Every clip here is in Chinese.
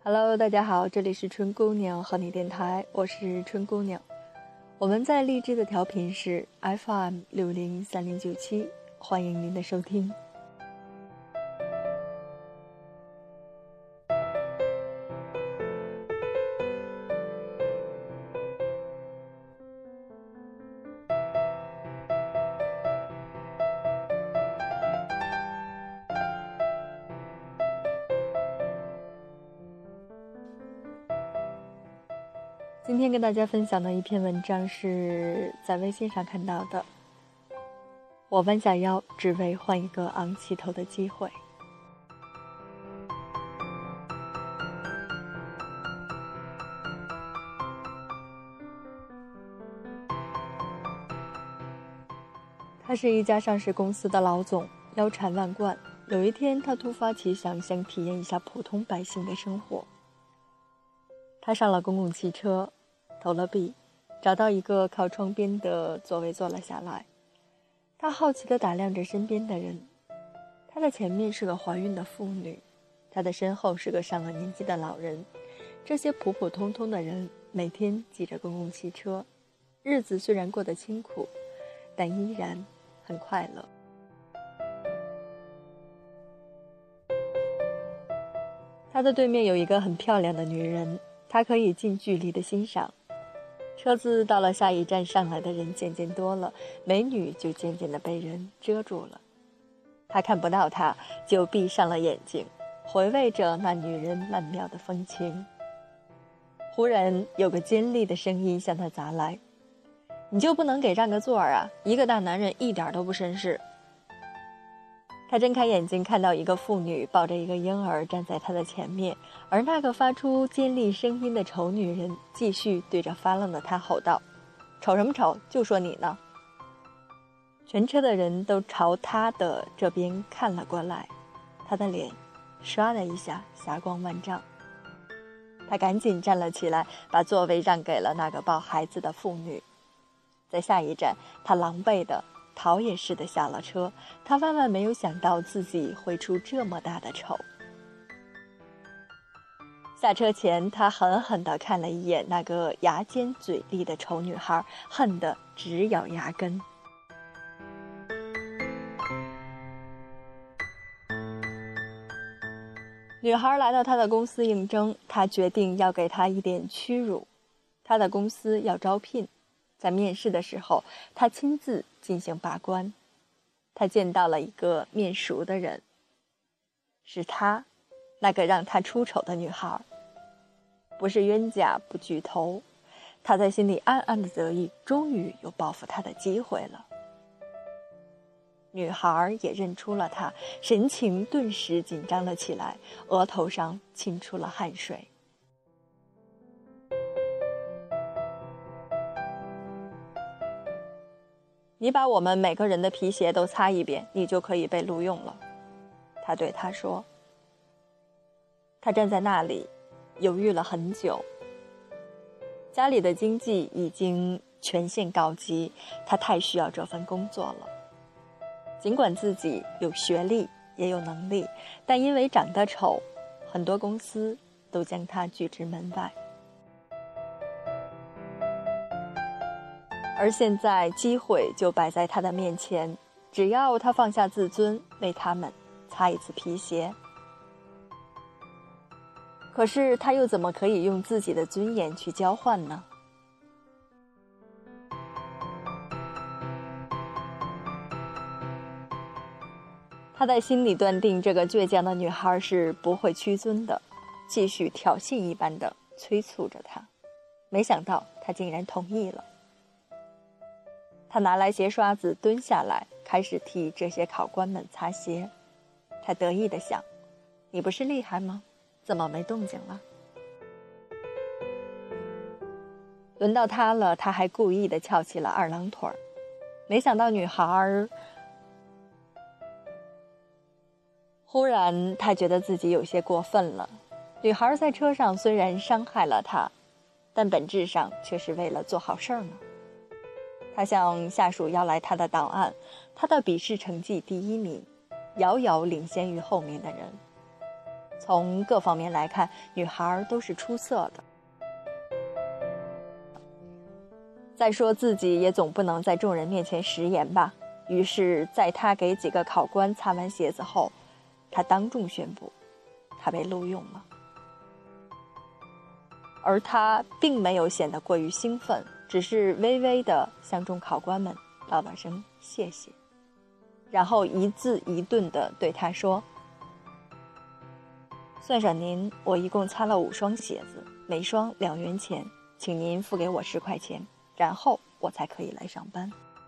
Hello， 大家好，这里是春姑娘和你电台，我是春姑娘。我们在荔枝的调频是 FM603097，欢迎您的收听。今天跟大家分享的一篇文章是在微信上看到的。我弯下腰，只为换一个昂起头的机会。他是一家上市公司的老总，腰缠万贯。有一天，他突发奇想，想体验一下普通百姓的生活。他上了公共汽车，投了币，找到一个靠窗边的座位坐了下来。他好奇地打量着身边的人，他的前面是个怀孕的妇女，他的身后是个上了年纪的老人。这些普普通通的人每天挤着公共汽车，日子虽然过得清苦，但依然很快乐。他的对面有一个很漂亮的女人，他可以近距离的欣赏。车子到了下一站，上来的人渐渐多了，美女就渐渐的被人遮住了。他看不到她，就闭上了眼睛，回味着那女人曼妙的风情。忽然有个尖利的声音向他砸来：你就不能给让个座啊，一个大男人一点都不绅士。他睁开眼睛，看到一个妇女抱着一个婴儿站在他的前面，而那个发出尖利声音的丑女人继续对着发愣的他吼道：瞅什么瞅，就说你呢。全车的人都朝他的这边看了过来，他的脸唰的一下霞光万丈。他赶紧站了起来，把座位让给了那个抱孩子的妇女。在下一站，他狼狈的逃也似的下了车，他万万没有想到自己会出这么大的丑。下车前，他狠狠地看了一眼那个牙尖嘴利的丑女孩，恨得直咬牙根。女孩来到他的公司应征，他决定要给她一点屈辱。他的公司要招聘，在面试的时候，他亲自进行把关。他见到了一个面熟的人，是他，那个让他出丑的女孩。不是冤家不聚头，他在心里暗暗的得意，终于有报复他的机会了。女孩也认出了他，神情顿时紧张了起来，额头上沁出了汗水。你把我们每个人的皮鞋都擦一遍，你就可以被录用了。他对他说。他站在那里犹豫了很久。家里的经济已经全线告急，他太需要这份工作了。尽管自己有学历也有能力，但因为长得丑，很多公司都将他拒之门外。而现在机会就摆在他的面前，只要他放下自尊，为他们擦一次皮鞋。可是他又怎么可以用自己的尊严去交换呢？他在心里断定这个倔强的女孩是不会屈尊的，继续挑衅一般的催促着她。没想到她竟然同意了。他拿来鞋刷子，蹲下来开始替这些考官们擦鞋。他得意地想，你不是厉害吗？怎么没动静了？轮到他了，他还故意地翘起了二郎腿。没想到女孩忽然他觉得自己有些过分了。女孩在车上虽然伤害了他，但本质上却是为了做好事儿呢。他向下属要来他的档案，他的笔试成绩第1名，遥遥领先于后面的人。 从各方面来看，女孩都是出色的。再说自己也总不能在众人面前食言吧，于是在他给几个考官擦完鞋子后，他当众宣布他被录用了。而他并没有显得过于兴奋，只是微微地向众考官们道了声谢谢，然后一字一顿地对他说，算上您，我一共擦了5双鞋子，每双2元钱，请您付给我10块钱，然后我才可以来上班。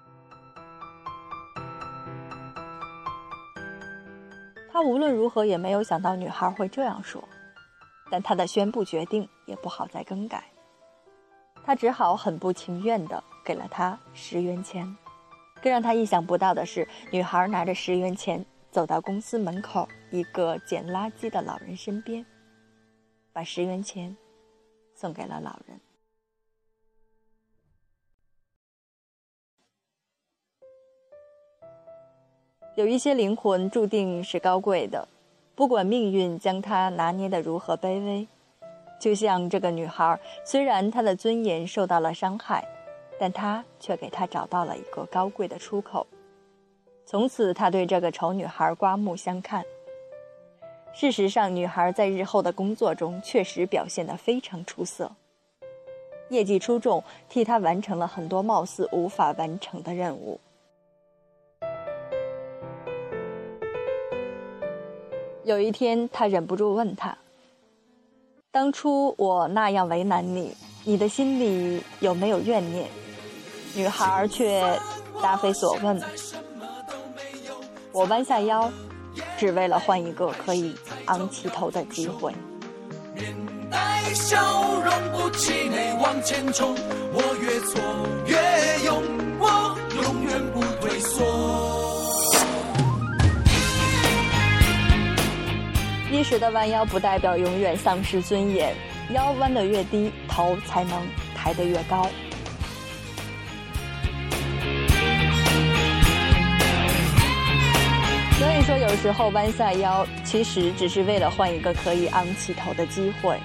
他无论如何也没有想到女孩会这样说，但他的宣布决定也不好再更改，他只好很不情愿地给了他10元钱。更让他意想不到的是，女孩拿着10元钱走到公司门口一个捡垃圾的老人身边，把10元钱送给了老人。有一些灵魂注定是高贵的，不管命运将她拿捏得如何卑微。就像这个女孩，虽然她的尊严受到了伤害，但她却给她找到了一个高贵的出口。从此她对这个丑女孩刮目相看。事实上，女孩在日后的工作中确实表现得非常出色，业绩出众，替她完成了很多貌似无法完成的任务。有一天，他忍不住问她，当初我那样为难你，你的心里有没有怨念？女孩却答非所问，我弯下腰，只为了换一个可以昂起头的机会。 面带笑容，不气馁往前冲，我越挫越勇，我永远不退缩。 一时的弯腰不代表永远丧失尊严，腰弯得越低，头才能抬得越高。所以说，有时候弯下腰，其实只是为了换一个可以昂起头的机会。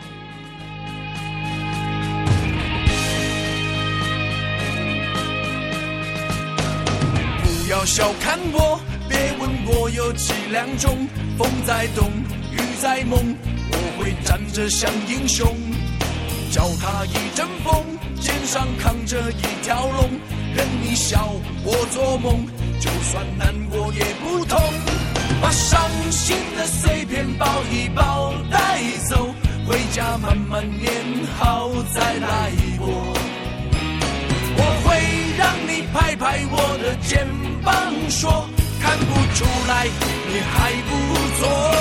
不要小看我，别问我有几两重，风在动，雨在梦，我会站着像英雄，脚踏一阵风，肩上扛着一条龙，任你笑我做梦，就算难过也不痛，把伤心的碎片抱一抱带走，回家慢慢念好再来过。我会让你拍拍我的肩膀，说看不出来你还不错。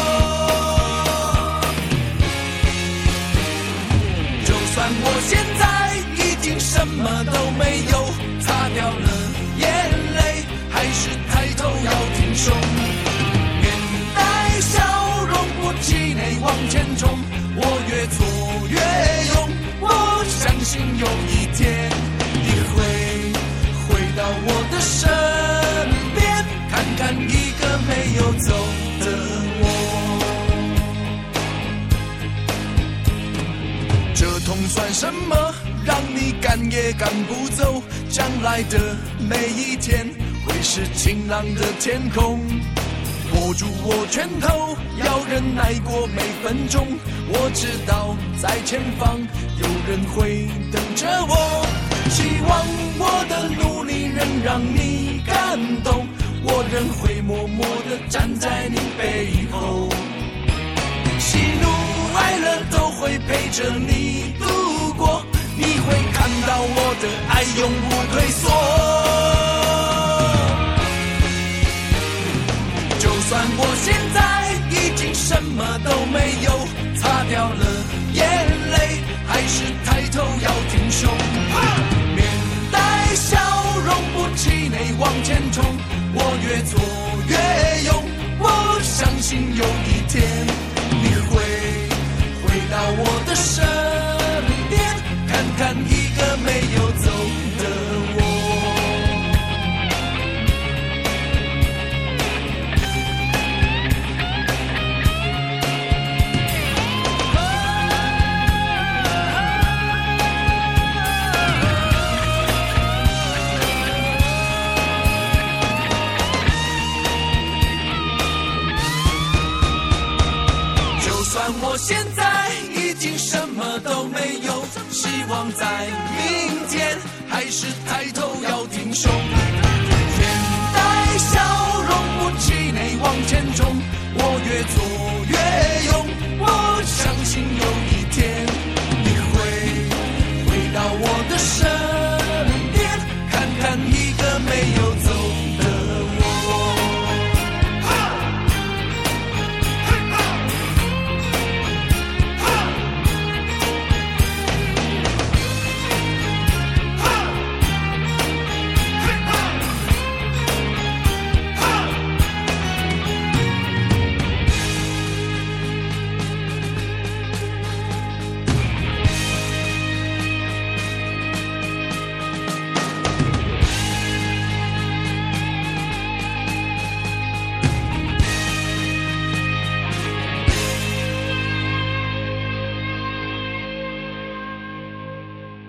就算我现在已经什么都没有，擦掉了眼泪，还是抬头要挺胸，面带笑容，不气馁往前冲，我越挫越勇，我相信有一天你会回到我的身边，看看一个没有走的我。这痛算什么，让你赶也赶不走，将来的每一天会是晴朗的天空，握住我拳头，要忍耐过每分钟，我知道在前方有人会等着我，希望我的努力能让你感动，我仍会默默地站在你背后，喜怒哀乐都会陪着你度过，你会看到我的爱永不退缩。就算我现在已经什么都没有，擦掉了眼泪，还是抬头要挺胸，面带笑容，不气馁往前冲，我越挫越勇，我相信有一天你会回到我的身边，看看一个没有走的我。 管我现在已经什么都没有，希望在明天还是抬头要挺胸。面带笑容，不气馁往前冲，我越做越勇，我相信有一天你会回到我的身